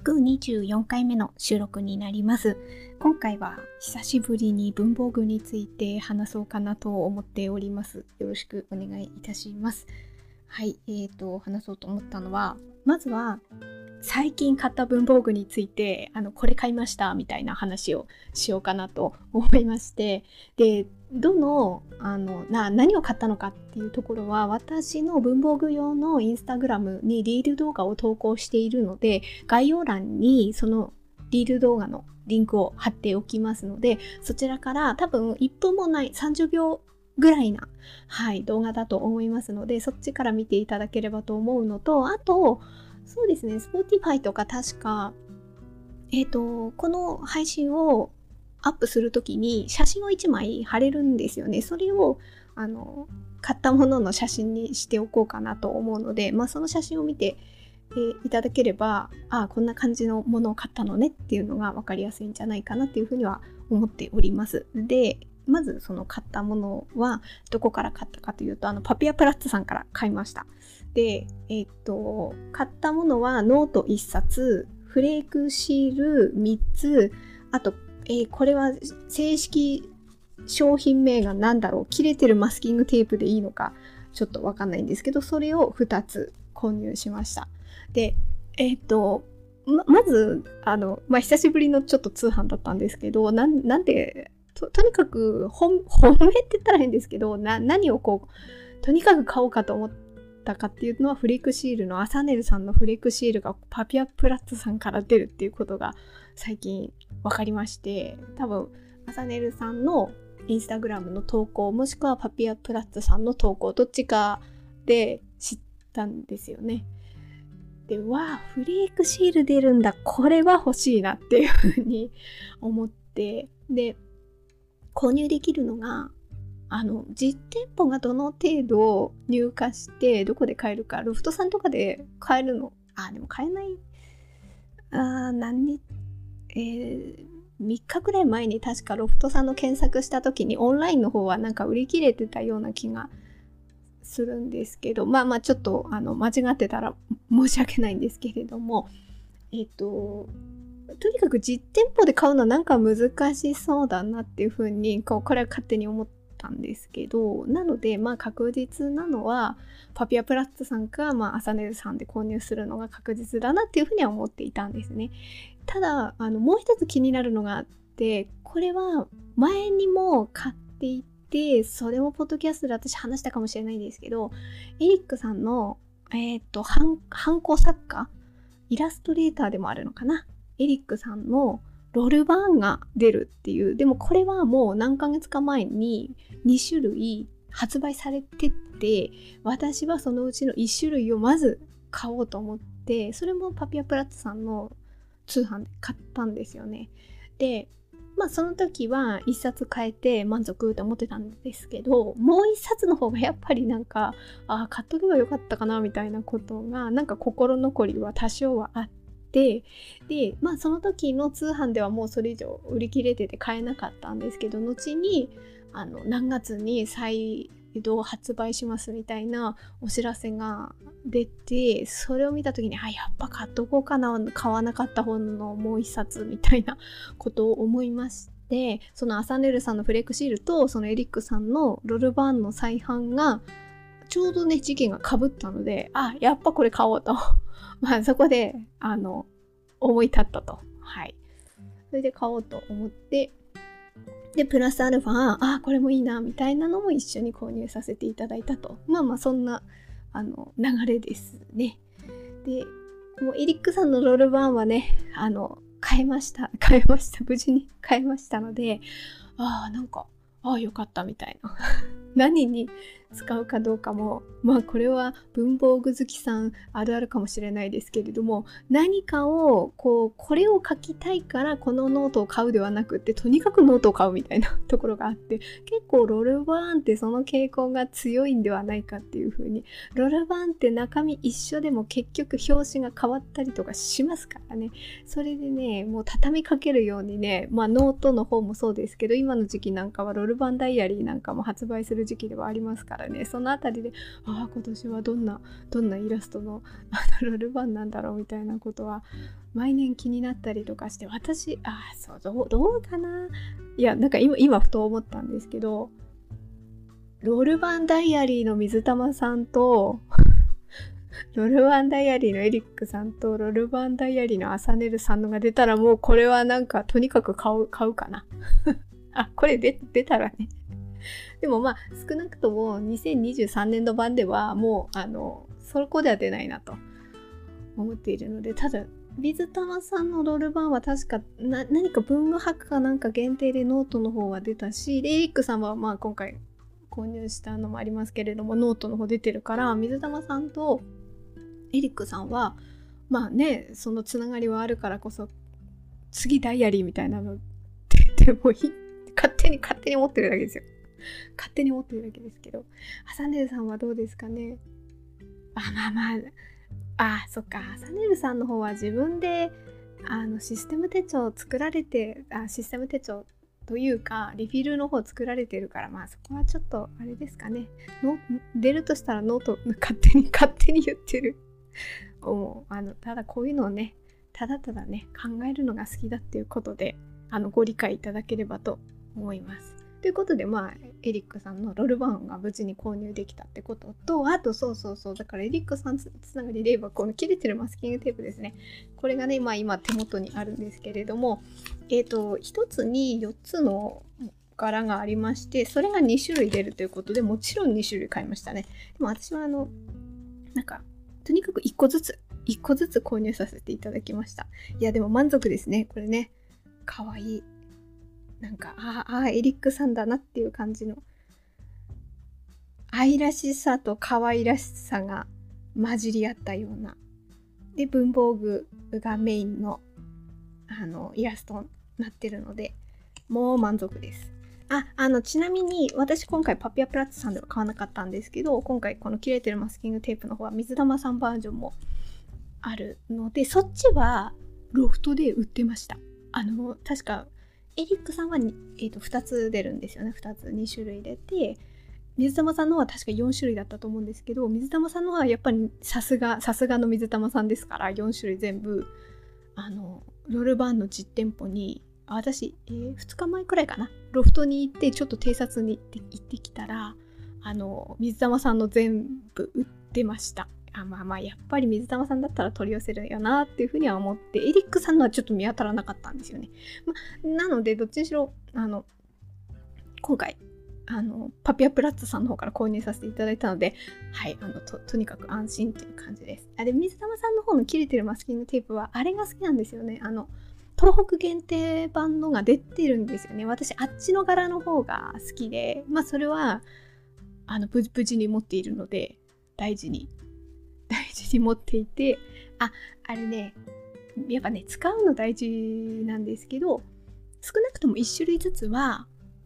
124回目の収録になります。今回は久しぶりに文房具について話そうかなと思っております。よろしくお願いいたします。はい、話そうと思ったのは、まずは最近買った文房具についてこれ買いましたみたいな話をしようかなと思いまして、で何を買ったのかっていうところは、私の文房具用のインスタグラムにリール動画を投稿しているので、概要欄にそのリール動画のリンクを貼っておきますので、そちらから多分1分もない30秒ぐらいな、動画だと思いますので、そっちから見ていただければと思うのと、あとそうですね、Spotify とか確か、この配信をアップするときに写真を1枚貼れるんですよね。それを買ったものの写真にしておこうかなと思うので、その写真を見て、いただければ、こんな感じのものを買ったのねっていうのが分かりやすいんじゃないかなっていうふうには思っております。で、まずその買ったものはどこから買ったかというと、パピアプラッツさんから買いました。で、買ったものはノート1冊、フレークシール3つ、あと、これは正式商品名が何だろう、切れてるマスキングテープでいいのかちょっとわかんないんですけど、それを2つ購入しました。で、まず久しぶりのちょっと通販だったんですけど、なんでとにかく本命って言ったら変ですけど、何をとにかく買おうかと思ったかっていうのは、フレークシールのアサネルさんのフレークシールがパピアプラッツさんから出るっていうことが最近分かりまして、多分アサネルさんのインスタグラムの投稿、もしくはパピアプラッツさんの投稿、どっちかで知ったんですよね。で、フレークシール出るんだ、これは欲しいなっていうふうに思って、で購入できるのが実店舗がどの程度入荷してどこで買えるか、ロフトさんとかで買えるの、でも買えない、3日くらい前に確かロフトさんの検索した時にオンラインの方はなんか売り切れてたような気がするんですけど、ちょっと間違ってたら申し訳ないんですけれども、とにかく実店舗で買うのはなんか難しそうだなっていうふうにこれは勝手に思ったんですけど、なので確実なのはパピアプラッツさんかアサネルさんで購入するのが確実だなっていうふうには思っていたんですね。ただもう一つ気になるのがあって、これは前にも買っていて、それもポッドキャストで私話したかもしれないんですけど、エリックさんのハンコ作家、イラストレーターでもあるのかな、エリックさんのロールバーンが出るっていう。でもこれはもう何ヶ月か前に2種類発売されてて、私はそのうちの1種類をまず買おうと思って、それもパピアプラッツさんの通販で買ったんですよね。で、その時は1冊買えて満足と思ってたんですけど、もう1冊の方がやっぱり買っとけばよかったかなみたいなことが心残りは多少はあって、でその時の通販ではもうそれ以上売り切れてて買えなかったんですけど、後に何月に再度発売しますみたいなお知らせが出て、それを見た時にやっぱ買っとこうかな、買わなかった本のもう一冊みたいなことを思いまして、そのアサネルさんのフレックシールとそのエリックさんのロルバーンの再販がちょうどね時期が被ったので、やっぱこれ買おうとそこで思い立ったと。それで買おうと思って、でプラスアルファこれもいいなみたいなのも一緒に購入させていただいたと。そんな流れですね。でもうエリックさんのロールバーンはね買えました無事に買えましたので、よかったみたいな何に使うかどうかもこれは文房具好きさんあるあるかもしれないですけれども、何かをこれを書きたいからこのノートを買うではなくって、とにかくノートを買うみたいなところがあって、結構ロルバーンってその傾向が強いんではないかっていう風に。ロルバーンって中身一緒でも結局表紙が変わったりとかしますからね。それでねもう畳みかけるようにね、ノートの方もそうですけど、今の時期なんかはロルバーンダイアリーなんかも発売する時期ではありますかからね、そのあたりで今年はどんなイラストのロール版なんだろうみたいなことは毎年気になったりとかして、私どうかな。いやなんか今ふと思ったんですけど、ロール版ダイアリーの水玉さんとロール版ダイアリーのエリックさんとロール版ダイアリーのアサネルさんのが出たら、もうこれはなんかとにかく買うかなこれ出たらねでも少なくとも2023年度版ではもうそこでは出ないなと思っているので、ただ水玉さんのロール版は確か何か文具博かなんか限定でノートの方は出たし、でエリックさんは今回購入したのもありますけれどもノートの方出てるから、水玉さんとエリックさんはそのつながりはあるからこそ次ダイアリーみたいなの出てもいい、勝手に持ってるだけですよ。勝手に持ってるだけですけど、アサネルさんはどうですかね。そっか、アサネルさんの方は自分でシステム手帳を作られて、システム手帳というかリフィルの方作られてるから、そこはちょっとあれですかね。出るとしたらノート勝手に言ってるただこういうのをね、ただね考えるのが好きだっていうことでご理解いただければと思います。ということでエリックさんのロール版が無事に購入できたってことと、あとそうだからエリックさんつながりで言えばこの切れてるマスキングテープですね。これがね今手元にあるんですけれども、1つに4つの柄がありまして、それが2種類出るということで、もちろん2種類買いましたね。でも私はとにかく1個ずつ購入させていただきました。いやでも満足ですね。これねかわいい、エリックさんだなっていう感じの愛らしさと可愛らしさが混じり合ったようなで、文房具がメインのイラストになってるのでもう満足です。ちなみに私今回パピアプラッツさんでは買わなかったんですけど、今回この切れてるマスキングテープの方は水玉さんバージョンもあるので、そっちはロフトで売ってました。確かエリックさんは2つ出るんですよね。2種類出て、水玉さんの方は確か4種類だったと思うんですけど、水玉さんの方はやっぱりさすがの水玉さんですから4種類全部ロール版の実店舗に私、2日前くらいかな、ロフトに行ってちょっと偵察に行ってきたら水玉さんの全部売ってました。やっぱり水玉さんだったら取り寄せるよなっていうふうには思って、エリックさんのはちょっと見当たらなかったんですよね。なのでどっちにしろ今回パピアプラッツさんの方から購入させていただいたので、はいとにかく安心っていう感じです。で水玉さんの方の切れてるマスキングテープはあれが好きなんですよね。東北限定版のが出てるんですよね。私あっちの柄の方が好きで、それは無事に持っているので大事に持っていて、あれねやっぱね使うの大事なんですけど、少なくとも1種類ずつは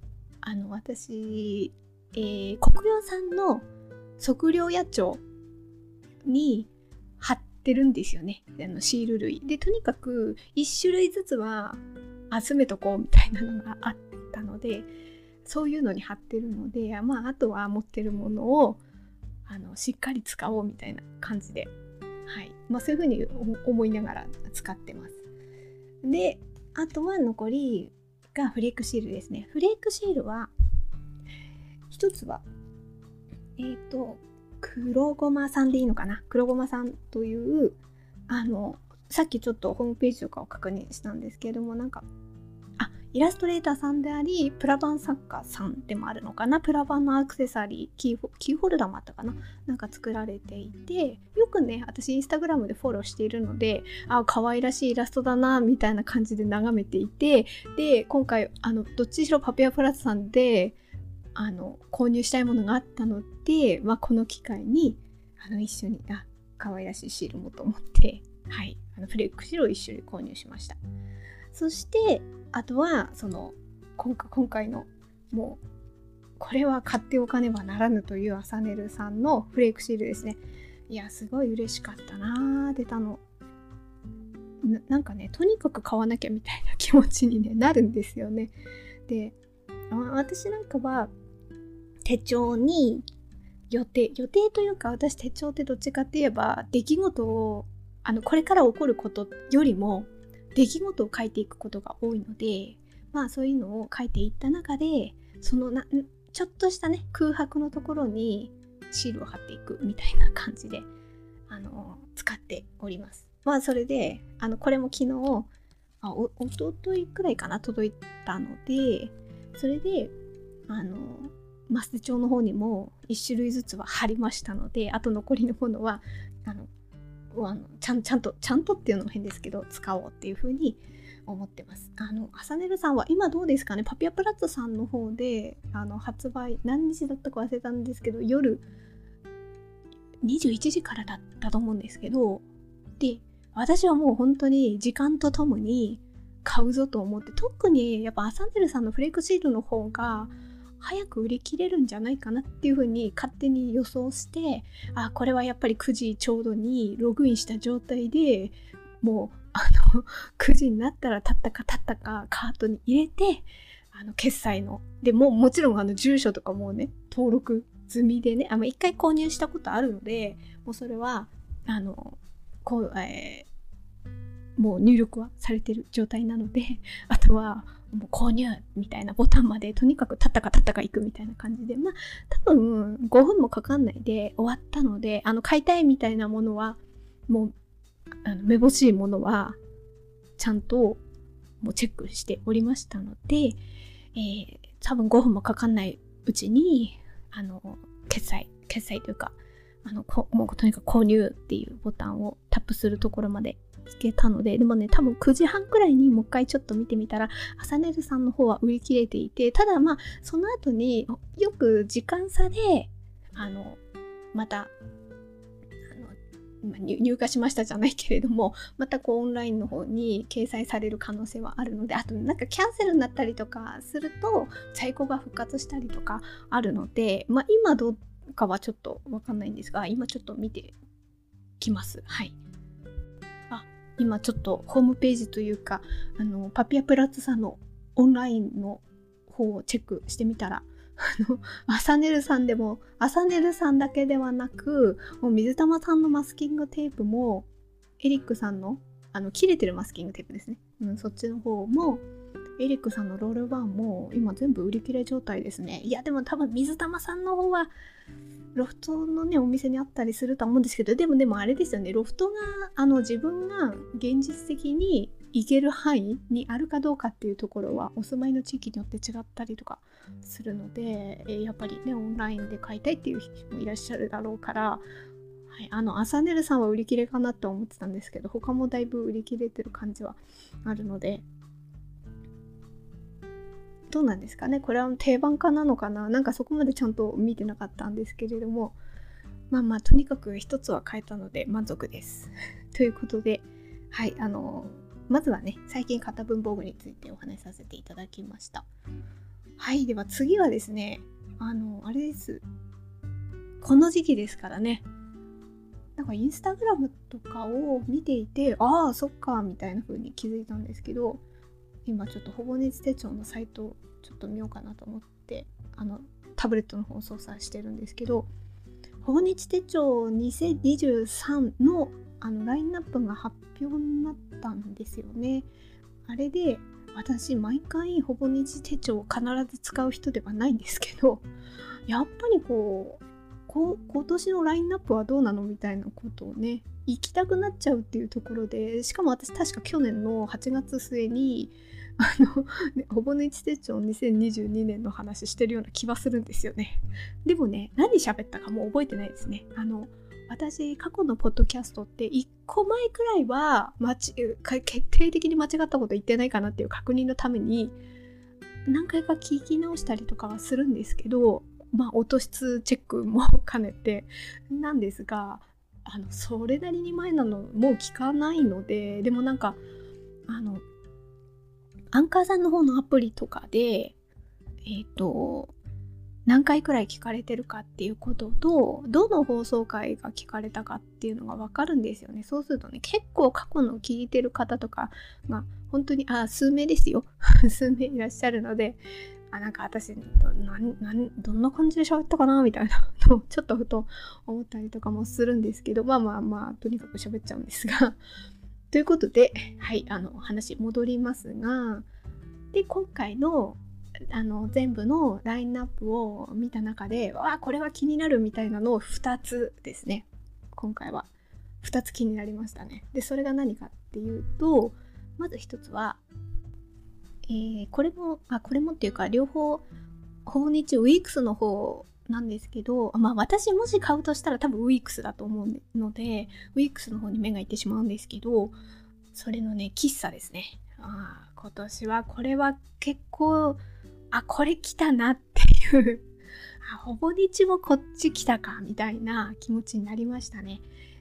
私、国用さんの測量野帳に貼ってるんですよね。シール類でとにかく1種類ずつは集めとこうみたいなのがあったので、そういうのに貼ってるので、あとは持ってるものをしっかり使おうみたいな感じで、そういう風に思いながら使ってます。で、あとは残りがフレークシールですね。フレークシールは一つは黒ごまさんでいいのかな、黒ごまさんというさっきちょっとホームページとかを確認したんですけれども、イラストレーターさんでありプラバン作家さんでもあるのかな。プラバンのアクセサリーキーホルダーもあったかな、作られていて、よくね私インスタグラムでフォローしているので、可愛らしいイラストだなみたいな感じで眺めていて、で今回どっちにしろパピアプラスさんで購入したいものがあったので、この機会に一緒に可愛らしいシールもと思って、フレークシールを一種類購入しました。そしてあとは今回のもうこれは買っておかねばならぬというアサネルさんのフレークシールですね。いやすごい嬉しかったな、出たの。なんかねとにかく買わなきゃみたいな気持ちに、なるんですよね。で私なんかは手帳に予定というか、私手帳ってどっちかって言えば出来事をこれから起こることよりも出来事を書いていくことが多いので、そういうのを書いていった中で、そのちょっとしたね空白のところにシールを貼っていくみたいな感じで使っております。それでこれも昨日おとといくらいかな届いたので、それでマス手帳の方にも1種類ずつは貼りましたので、あと残りのものはちゃんとっていうのも変ですけど使おうっていう風に思ってます。アサネルさんは今どうですかね。パピアプラッツさんの方で発売何日だったか忘れたんですけど、夜21時からだったと思うんですけど、で私はもう本当に時間とともに買うぞと思って、特にやっぱアサネルさんのフレクシールの方が早く売り切れるんじゃないかなっていう風に勝手に予想して、これはやっぱり9時ちょうどにログインした状態でもう9時になったらたったかカートに入れて決済のでもちろん住所とかもね登録済みでね、一回購入したことあるので、もうそれはもう入力はされてる状態なので、あとはもう購入みたいなボタンまでとにかくたったか行くみたいな感じで、多分5分もかかんないで終わったので、買いたいみたいなものはもうめぼしいものはちゃんともうチェックしておりましたので、多分5分もかかんないうちに決済というかもうとにかく購入っていうボタンをタップするところまで行けたので、でもね多分9時半くらいにもう一回ちょっと見てみたらアサネルさんの方は売り切れていて、ただその後によく時間差でまた入荷しましたじゃないけれども、またオンラインの方に掲載される可能性はあるので、あとなんかキャンセルになったりとかすると在庫が復活したりとかあるので、今どうかはちょっとわかんないんですが、今ちょっと見てきます。はい。今ちょっとホームページというかパピアプラッツさんのオンラインの方をチェックしてみたら、アサネルさんでもアサネルさんだけではなく、もう水玉さんのマスキングテープもエリックさんの切れてるマスキングテープですね、そっちの方もエリックさんのロールバーンも今全部売り切れ状態ですね。いやでも多分水玉さんの方はロフトのねお店にあったりするとは思うんですけど、でもあれですよね、ロフトが自分が現実的に行ける範囲にあるかどうかっていうところはお住まいの地域によって違ったりとかするので、やっぱりねオンラインで買いたいっていう人もいらっしゃるだろうから、アサネルさんは売り切れかなって思ってたんですけど、他もだいぶ売り切れてる感じはあるので、どうなんですかね、これは定番化なのかな、なんかそこまでちゃんと見てなかったんですけれども、とにかく一つは買えたので満足ですということで、まずはね最近買った文房具についてお話しさせていただきました。では次はですね、あれです、この時期ですからね、なんかインスタグラムとかを見ていて、そっかみたいな風に気づいたんですけど、今ちょっとほぼ日手帳のサイトをちょっと見ようかなと思ってタブレットの方を操作してるんですけど、ほぼ日手帳2023のラインナップが発表になったんですよね。あれで私毎回ほぼ日手帳を必ず使う人ではないんですけど、やっぱり今年のラインナップはどうなのみたいなことをね行きたくなっちゃうっていうところで、しかも私確か去年の8月末にほぼ日手帳2022年の話してるような気はするんですよね。でもね何喋ったかもう覚えてないですね。私過去のポッドキャストって1個前くらいは決定的に間違ったこと言ってないかなっていう確認のために何回か聞き直したりとかはするんですけど、音質チェックも兼ねてなんですが、それなりに前なのもう聞かないので、でもなんかアンカーさんの方のアプリとかで何回くらい聞かれてるかっていうことと、どの放送回が聞かれたかっていうのが分かるんですよね。そうするとね結構過去の聞いてる方とかが本当に数名ですよ数名いらっしゃるので、 なんか私どんな感じで喋ったかなみたいなのをちょっとふと思ったりとかもするんですけど、まあとにかく喋っちゃうんですがということで、はい、話戻りますが、で今回の全部のラインナップを見た中で、これは気になるみたいなのを2つですね。今回は2つ気になりましたね。でそれが何かっていうと、まず1つは、これもっていうか両方ほぼ日ウィークスの方なんですけど、私もし買うとしたら多分ウィークスだと思うのでウィークスの方に目がいってしまうんですけど、それのね喫茶ですね。今年はこれは結構これ来たなっていうほぼ日もこっち来たかみたいな気持ちになりましたね。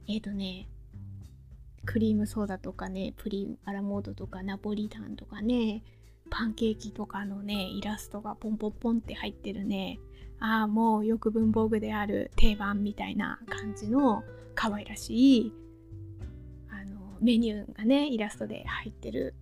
クリームソーダとかね、プリンアラモードとかナポリタンとかね、パンケーキとかのねイラストがポンポンポンって入ってるね、もうよく文房具である定番みたいな感じの可愛らしいメニューがねイラストで入ってる、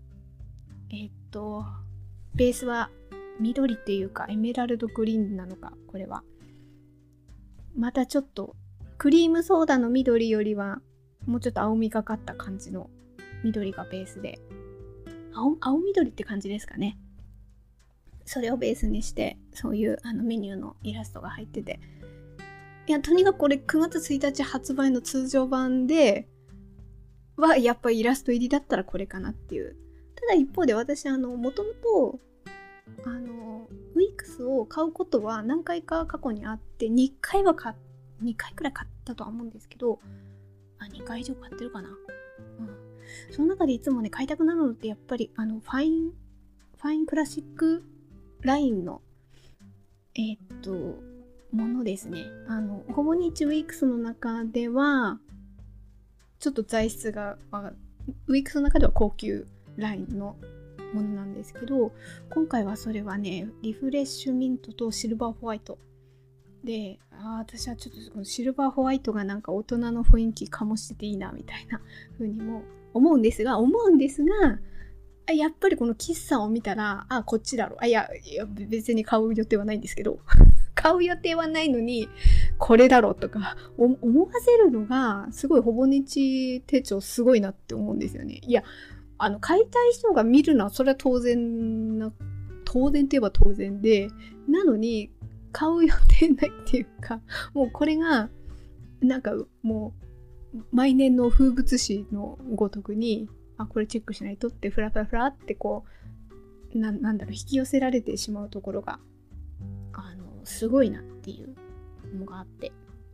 ベースは緑っていうかエメラルドグリーンなのか、これはまたちょっとクリームソーダの緑よりはもうちょっと青みがかった感じの緑がベースで、青緑って感じですかね。それをベースにしてそういうメニューのイラストが入ってて、とにかくこれ9月1日発売の通常版ではやっぱイラスト入りだったらこれかなっていう。ただ一方で私もともとウィークスを買うことは何回か過去にあって、2回くらい買ったとは思うんですけど、2回以上買ってるかな。その中でいつもね買いたくなるのってやっぱりファインクラシックラインのものですね。ほぼ日ウィークスの中ではちょっと材質がウィークスの中では高級ラインのものなんですけど、今回はそれはねリフレッシュミントとシルバーホワイトで、私はちょっとこのシルバーホワイトがなんか大人の雰囲気醸してていいなみたいな風にも思うんですが、やっぱりこの喫茶を見たらこっちだろう、いや別に買う予定はないんですけど買う予定はないのにこれだろうとか思わせるのがすごいほぼ日手帳すごいなって思うんですよね。いや買いたい人が見るのはそれは当然といえば当然で、なのに買う予定ないっていうか、もうこれがなんかもう毎年の風物詩のごとくにこれチェックしないとってフラってこうなんだろう引き寄せられてしまうところがすごいなっていうのがあって、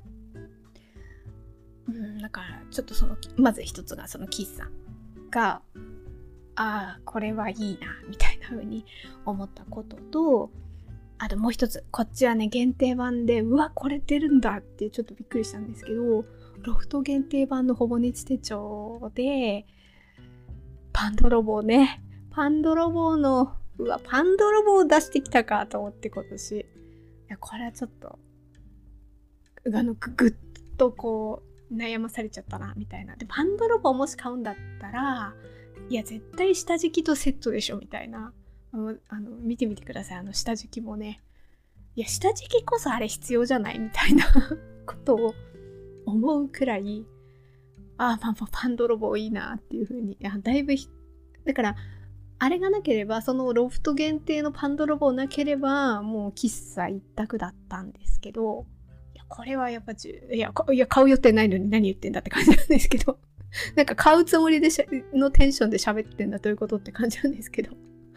だからちょっとまず一つがその喫茶がこれはいいなみたいな風に思ったことと、あともう一つ、こっちはね限定版でこれ出るんだってちょっとびっくりしたんですけど、ロフト限定版のほぼ日手帳でパンドロボね、パンドロボを出してきたかと思って今年、いやこれはちょっとぐっとこう悩まされちゃったなみたいな。でパンドロボをもし買うんだったらいや絶対下敷きとセットでしょみたいな。見てみてください。下敷きもね、いや下敷きこそあれ必要じゃないみたいなことを思うくらいパンドロボいいなっていう風に、だいぶだからあれがなければ、そのロフト限定のパンドロボなければもう喫茶一択だったんですけど、いやこれはやっぱいや買う予定ないのに何言ってんだって感じなんですけどなんか買うつもりでのテンションで喋ってんだということって感じなんですけど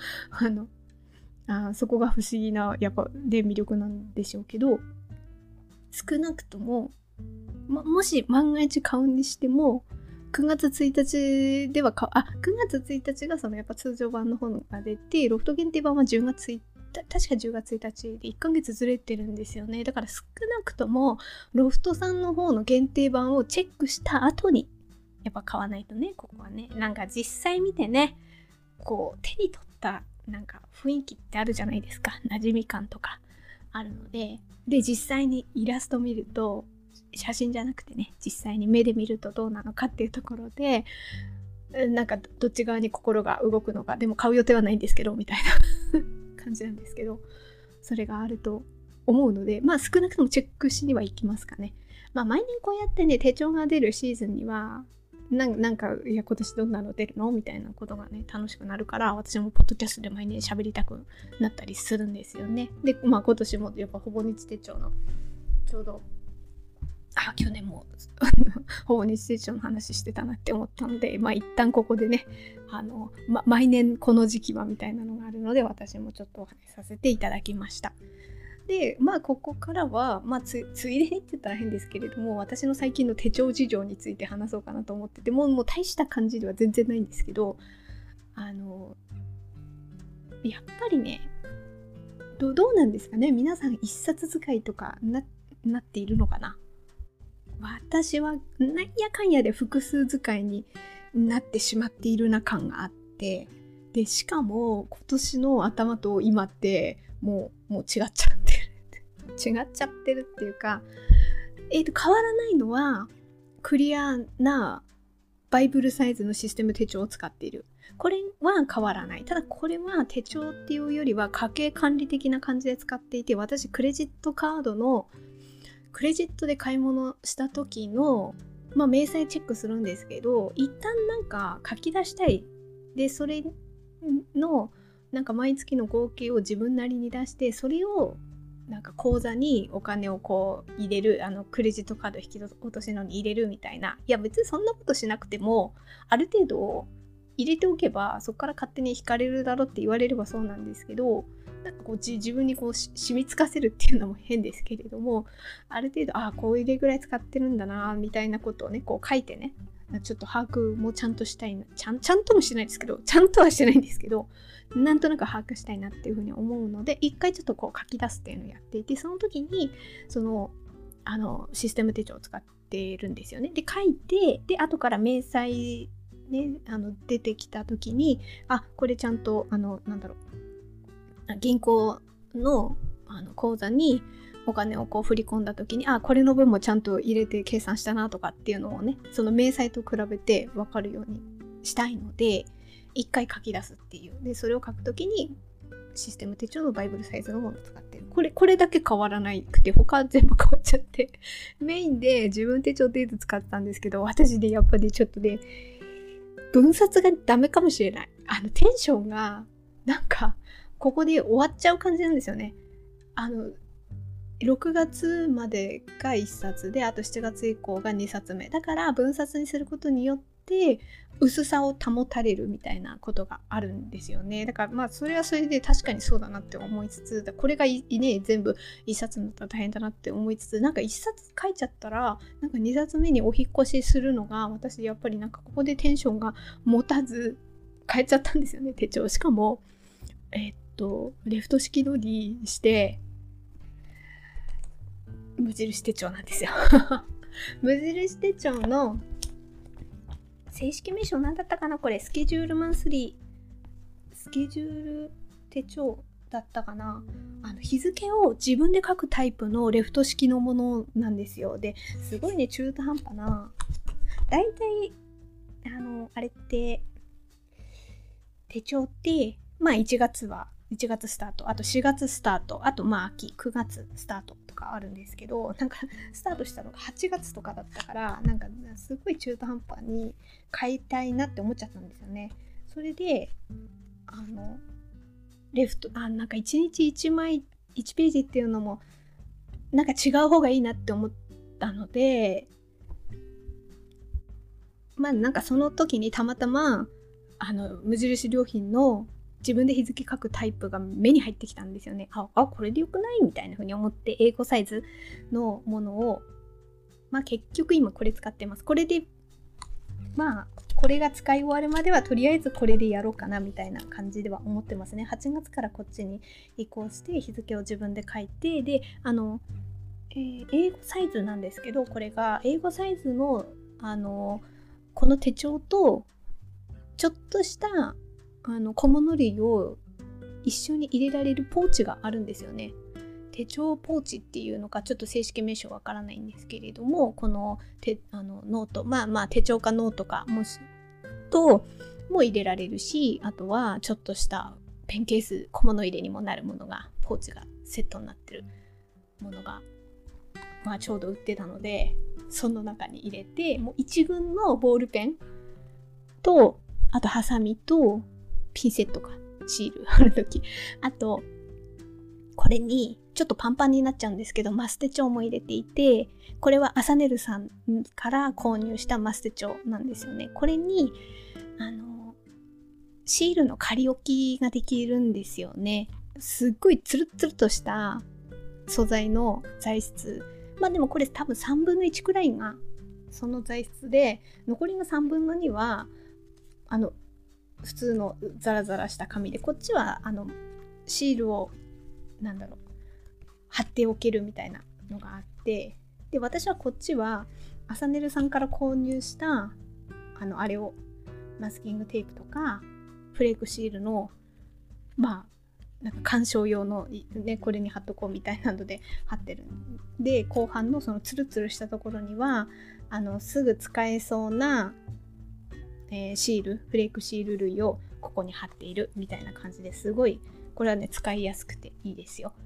そこが不思議なやっぱで魅力なんでしょうけど、少なくとも、もし万が一買うにしても9月1日では9月1日がそのやっぱ通常版の方が出て、ロフト限定版は10月1日、確か10月1日で1ヶ月ずれてるんですよね。だから少なくともロフトさんの方の限定版をチェックした後にやっぱ買わないとね、ここはね、なんか実際見てね、こう手に取ったなんか雰囲気ってあるじゃないですか、馴染み感とかあるので、実際にイラスト見ると、写真じゃなくてね実際に目で見るとどうなのかっていうところで、なんかどっち側に心が動くのか、でも買う予定はないんですけどみたいな感じなんですけど、 それがあると思うので、まあ少なくともチェックしには行きますかね。まあ毎年こうやってね、手帳が出るシーズンには、なんか、いや、今年どんなの出るのみたいなことがね、楽しくなるから、私もポッドキャストで毎年喋りたくなったりするんですよね。で、まあ今年もやっぱほぼ日手帳の、ちょうど、去年もほぼ日手帳の話してたなって思ったので、まあ一旦ここでね、毎年この時期はみたいなのがあるので、私もちょっとお話しさせていただきました。で、まあここからは、まあついでにって言ったら変ですけれども、私の最近の手帳事情について話そうかなと思ってて、もう大した感じでは全然ないんですけど、やっぱりね、どうなんですかね、皆さん一冊使いとかなっているのかな。私はなんやかんやで複数使いになってしまっているな感があって、でしかも今年の頭と今ってもう違っちゃってるっていうか、変わらないのはクリアなバイブルサイズのシステム手帳を使っている。これは変わらない。ただこれは手帳っていうよりは家計管理的な感じで使っていて、私クレジットで買い物した時の、まあ、明細チェックするんですけど、一旦なんか書き出したい。で、それのなんか毎月の合計を自分なりに出して、それをなんか口座にお金をこう入れる、クレジットカード引き落としのに入れるみたいな。いや別にそんなことしなくても、ある程度入れておけばそこから勝手に引かれるだろうって言われればそうなんですけど、なんかこう自分にこう染みつかせるっていうのも変ですけれども、ある程度これぐらい使ってるんだなみたいなことをね、こう書いてね、ちょっと把握もちゃんとしたいな、ちゃんともしてないですけど、ちゃんとはしてないんですけど、なんとなく把握したいなっていうふうに思うので、一回ちょっとこう書き出すっていうのをやっていて、その時にそのシステム手帳を使ってるんですよね。で書いて、で後から明細ね、出てきた時に、これちゃんと銀行の口座にお金をこう振り込んだ時に、これの分もちゃんと入れて計算したなとかっていうのをね、その明細と比べて分かるようにしたいので、一回書き出すっていう。でそれを書く時にシステム手帳のバイブルサイズのものを使ってる。これだけ変わらなくて、他全部変わっちゃってメインで自分手帳データ使ってたんですけど、私でやっぱりちょっとね、分冊がダメかもしれない。テンションがなんかここで終わっちゃう感じなんですよね。6月までが1冊で、あと7月以降が2冊目。だから分冊にすることによって薄さを保たれるみたいなことがあるんですよね。だからまあそれはそれで確かにそうだなって思いつつ、これがね全部1冊になったら大変だなって思いつつ、なんか1冊書いちゃったらなんか2冊目にお引越しするのが、私やっぱりなんかここでテンションが持たず変えちゃったんですよね、手帳。しかもレフト式取りして無印手帳なんですよ無印手帳の正式名称何だったかな、これスケジュールマンスリースケジュール手帳だったかな。日付を自分で書くタイプのレフト式のものなんですよ。ですごいね、中途半端な、だいたいあれって手帳ってまあ1月スタート、あと4月スタート、あとまあ秋9月スタートとかあるんですけど、なんかスタートしたのが8月とかだったから、なんかすごい中途半端に買いたいなって思っちゃったんですよね。それでレフトなんか1日1枚1ページっていうのもなんか違う方がいいなって思ったので、まあなんかその時にたまたま無印良品の自分で日付書くタイプが目に入ってきたんですよね。これでよくないみたいな風に思って、英語サイズのものをまあ結局今これ使ってます。これでまあこれが使い終わるまではとりあえずこれでやろうかなみたいな感じでは思ってますね。8月からこっちに移行して日付を自分で書いて、で英語サイズなんですけど、これが英語サイズのこの手帳とちょっとした小物類を一緒に入れられるポーチがあるんですよね。手帳ポーチっていうのかちょっと正式名称わからないんですけれども、このノート、まあ手帳かノートかも入れられるし、あとはちょっとしたペンケース、小物入れにもなるものがポーチがセットになってるものが、ちょうど売ってたので、その中に入れて、もう一軍のボールペンと、あとハサミとピンセットか、シール貼るとき、あとこれにちょっとパンパンになっちゃうんですけど、マステ帳も入れていて、これはアサネルさんから購入したマステ帳なんですよね。これにシールの仮置きができるんですよね。すっごいツルツルとした素材の材質。でもこれ多分3分の1くらいがその材質で、残りの3分の2は普通のザラザラした紙で、こっちはシールを貼っておけるみたいなのがあって、で私はこっちはアサネルさんから購入したあれをマスキングテープとかフレークシールの鑑賞用のね、これに貼っとこうみたいなので貼ってるんで、後半のそのツルツルしたところにはすぐ使えそうな、シール、フレークシール類をここに貼っているみたいな感じで、すごいこれはね使いやすくていいですよ。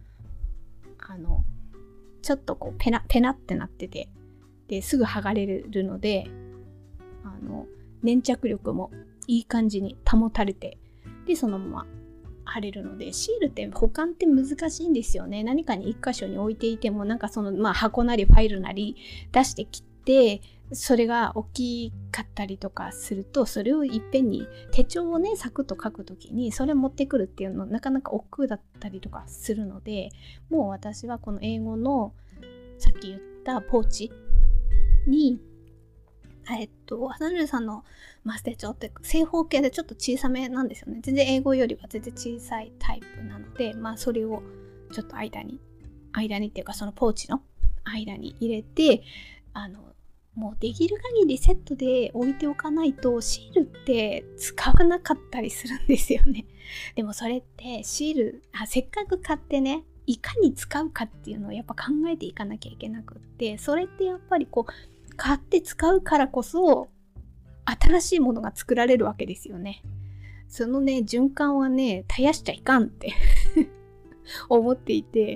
ちょっとこうペナってなってて、ですぐ剥がれるので、粘着力もいい感じに保たれて、でそのまま貼れるので、シールって保管って難しいんですよね。何かに一箇所に置いていても、箱なりファイルなり出してきて、それが大きかったりとかすると、それをいっぺんに手帳をねサクッと書くときにそれ持ってくるっていうのなかなか億劫だったりとかするので、もう私はこの英語のさっき言ったポーチにアサネルさんのマステ帳って正方形でちょっと小さめなんですよね。全然英語よりは全然小さいタイプなので、それをちょっと間にっていうか、そのポーチの間に入れて、もうできる限りセットで置いておかないとシールって使わなかったりするんですよね。でもそれってシールせっかく買ってね、いかに使うかっていうのをやっぱ考えていかなきゃいけなくって、それってやっぱりこう買って使うからこそ新しいものが作られるわけですよね。そのね循環はね絶やしちゃいかんって思っていて、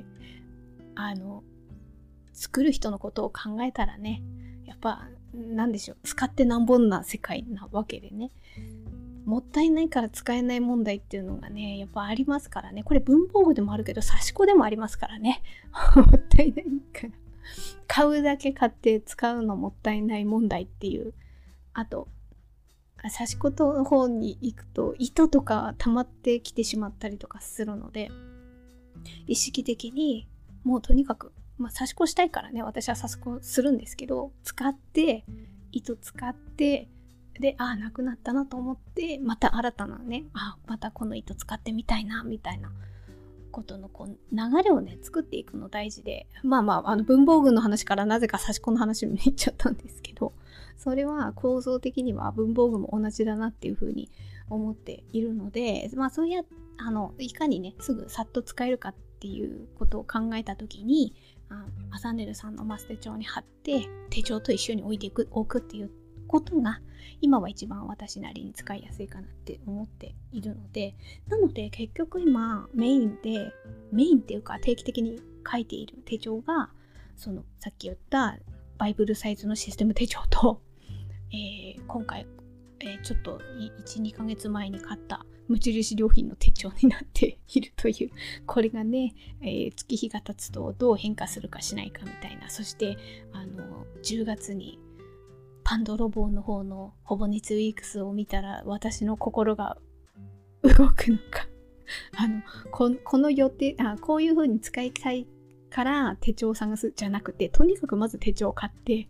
作る人のことを考えたらね、やっぱ使ってなんぼんな世界なわけでね、もったいないから使えない問題っていうのがねやっぱありますからね。これ文房具でもあるけど刺し子でもありますからねもったいないから買うだけ買って使うのもったいない問題っていう。あと刺し子の方に行くと糸とか溜まってきてしまったりとかするので、意識的にもうとにかく刺し子したいからね、私は刺し子するんですけど、糸使ってでなくなったなと思って、また新たなねまたこの糸使ってみたいなみたいなことの流れをね作っていくの大事で、文房具の話からなぜか刺し子の話に行っちゃったんですけど、それは構造的には文房具も同じだなっていうふうに思っているので、そういういかにねすぐさっと使えるかっていうことを考えた時に、アサネルさんのマステ帳に貼って手帳と一緒に置いておくっていうことが今は一番私なりに使いやすいかなって思っているので、なので結局今メインっていうか定期的に書いている手帳がそのさっき言ったバイブルサイズのシステム手帳と、今回、ちょっと 1,2 ヶ月前に買った無印良品の手帳になっているという、これがね、月日が経つとどう変化するかしないかみたいな。そして10月にパンドロボの方のほぼ日ウィークスを見たら私の心が動くのかこの予定こういう風に使いたいから手帳を探すじゃなくて、とにかくまず手帳を買って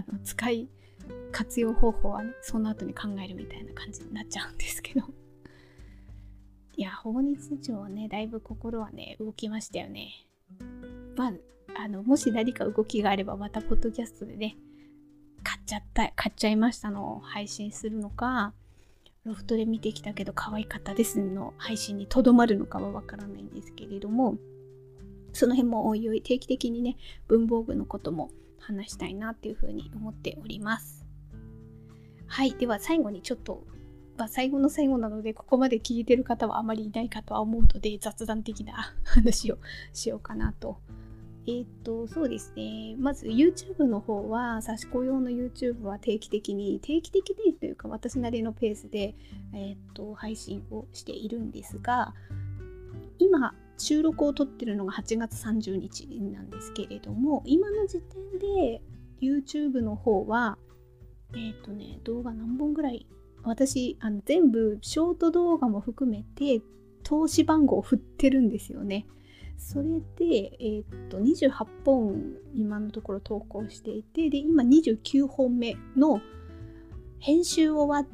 活用方法はねその後に考えるみたいな感じになっちゃうんですけど、いやほぼ日常はねだいぶ心はね動きましたよね。もし何か動きがあればまたポッドキャストでね買っちゃいましたのを配信するのか、ロフトで見てきたけど可愛かったですの配信にとどまるのかはわからないんですけれども、その辺もおいおい定期的にね文房具のことも話したいなっていうふうに思っております。はい、では最後にちょっと最後の最後なのでここまで聞いてる方はあまりいないかとは思うので、雑談的な話をしようかなと。そうですね。まず YouTube の方は、刺し子用の YouTube は定期的にというか私なりのペースで、配信をしているんですが、今収録を撮ってるのが8月30日なんですけれども、今の時点で YouTube の方は動画何本ぐらい、私全部ショート動画も含めて投資番号を振ってるんですよね。それで、28本今のところ投稿していて、で今29本目の編集終わって、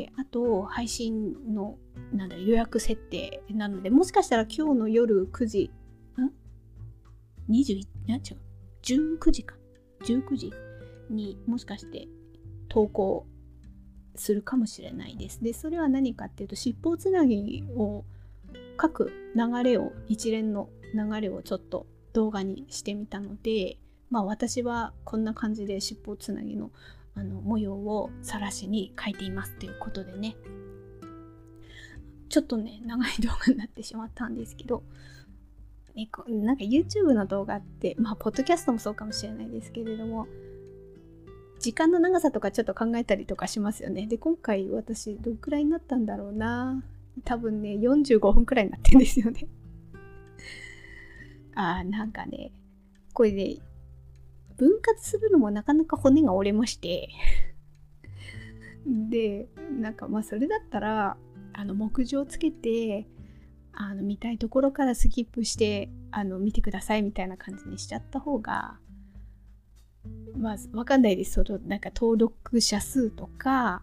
あと配信の予約設定なので、もしかしたら今日の夜9時19時か19時にもしかして投稿するかもしれないです。でそれは何かっていうと、尻尾つなぎを各流れを、一連の流れをちょっと動画にしてみたので、私はこんな感じで尻尾つなぎの模様を晒しに描いていますということでね、ちょっとね長い動画になってしまったんですけど、なんか YouTube の動画って、ポッドキャストもそうかもしれないですけれども、時間の長さとかちょっと考えたりとかしますよね。で今回私どのくらいになったんだろうな、多分ね45分くらいになってるんですよねなんかね、これで、分割するのもなかなか骨が折れましてでなんかそれだったら目次をつけて見たいところからスキップして見てくださいみたいな感じにしちゃった方が、わかんないです。なんか登録者数とか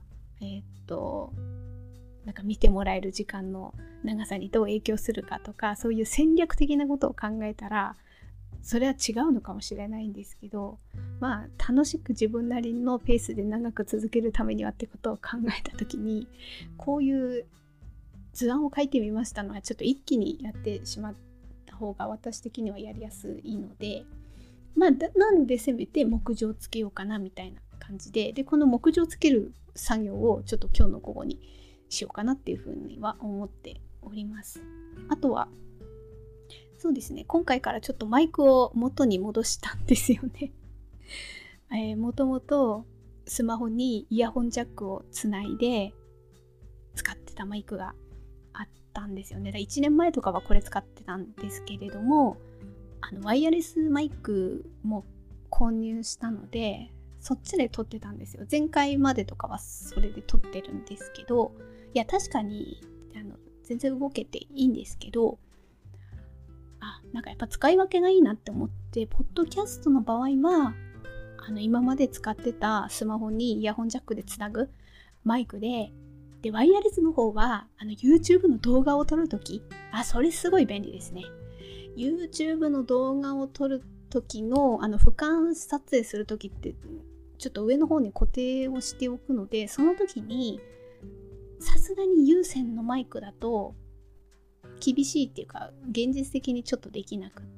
なんか見てもらえる時間の長さにどう影響するかとか、そういう戦略的なことを考えたらそれは違うのかもしれないんですけど、楽しく自分なりのペースで長く続けるためにはってことを考えた時に、こういう図案を書いてみましたのはちょっと一気にやってしまった方が私的にはやりやすいので、なのでせめて目次をつけようかなみたいな感じで、この目次をつける作業をちょっと今日の午後にしようかなっていうふうには思っております。あとはそうですね、今回からちょっとマイクを元に戻したんですよねもともとスマホにイヤホンジャックをつないで使ってたマイクがあったんですよね。1年前とかはこれ使ってたんですけれども、ワイヤレスマイクも購入したのでそっちで撮ってたんですよ。前回までとかはそれで撮ってるんですけど、いや確かに全然動けていいんですけど、なんかやっぱ使い分けがいいなって思って、ポッドキャストの場合は今まで使ってたスマホにイヤホンジャックでつなぐマイクで、ワイヤレスの方はYouTube の動画を撮るとき、それすごい便利ですね。YouTube の動画を撮るときの俯瞰撮影するときってちょっと上の方に固定をしておくので、その時にさすがに有線のマイクだと厳しいっていうか現実的にちょっとできなくって、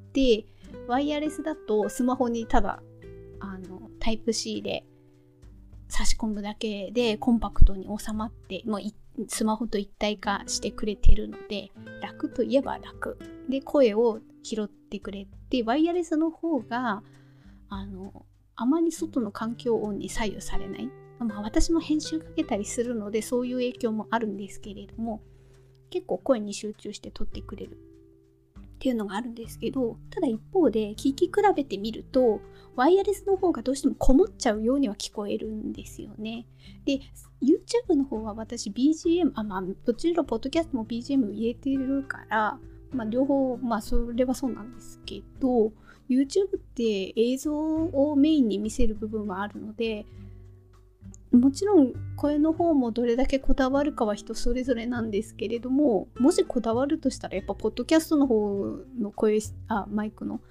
ワイヤレスだとスマホにただタイプ C で差し込むだけでコンパクトに収まって、もうスマホと一体化してくれてるので、楽といえば楽で声を拾ってくれて、ワイヤレスの方があまり外の環境音に左右されない、私も編集かけたりするのでそういう影響もあるんですけれども、結構声に集中して撮ってくれるっていうのがあるんですけど、ただ一方で聞き比べてみるとワイヤレスの方がどうしてもこもっちゃうようには聞こえるんですよね。で YouTube の方は私 BGM どちらのポッドキャストも BGM 入れてるから、両方それはそうなんですけど、 YouTube って映像をメインに見せる部分はあるので、もちろん声の方もどれだけこだわるかは人それぞれなんですけれども、もしこだわるとしたらやっぱポッドキャストの方のマイクの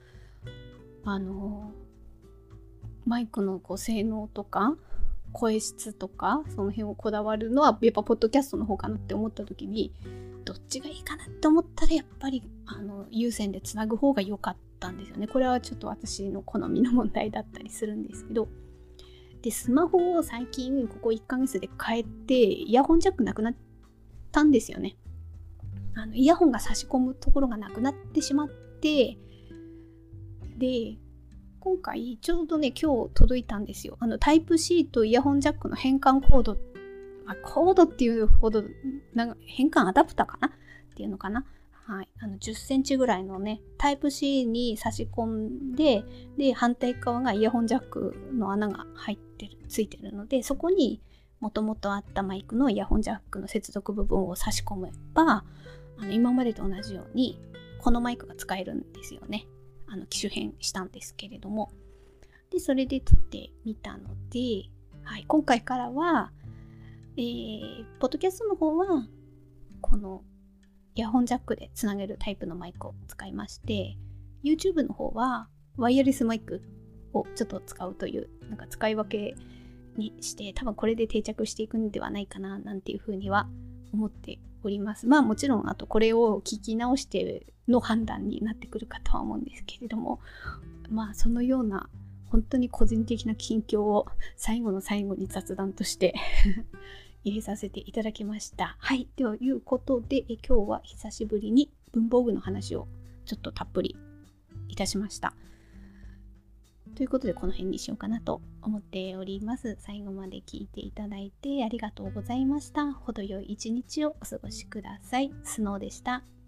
マイクの性能とか声質とかその辺をこだわるのはやっぱポッドキャストの方かなって思った時に、どっちがいいかなって思ったらやっぱり有線でつなぐ方が良かったんですよね。これはちょっと私の好みの問題だったりするんですけど、でスマホを最近ここ1ヶ月で変えてイヤホンジャックなくなったんですよね。イヤホンが差し込むところがなくなってしまって、で今回ちょうどね今日届いたんですよ。タイプ C とイヤホンジャックの変換コード、コードっていうほど変換アダプターかなっていうのかな。はい、10センチぐらいのねタイプ C に差し込んで、で反対側がイヤホンジャックの穴がついてるので、そこにもともとあったマイクのイヤホンジャックの接続部分を差し込めば、今までと同じようにこのマイクが使えるんですよね。機種変したんですけれども、でそれで撮ってみたので、はい、今回からは、ポッドキャストの方はこのイヤホンジャックでつなげるタイプのマイクを使いまして、 YouTube の方はワイヤレスマイクをちょっと使うというなんか使い分けにして、多分これで定着していくんではないかななんていうふうには思っております。まあもちろんあとこれを聞き直しての判断になってくるかとは思うんですけれども、まあそのような本当に個人的な近況を最後の最後に雑談として入れさせていただきました。はい、ということで今日は久しぶりに文房具の話をちょっとたっぷりいたしました。ということでこの辺にしようかなと思っております。最後まで聞いていただいてありがとうございました。程よい一日をお過ごしください。スノーでした。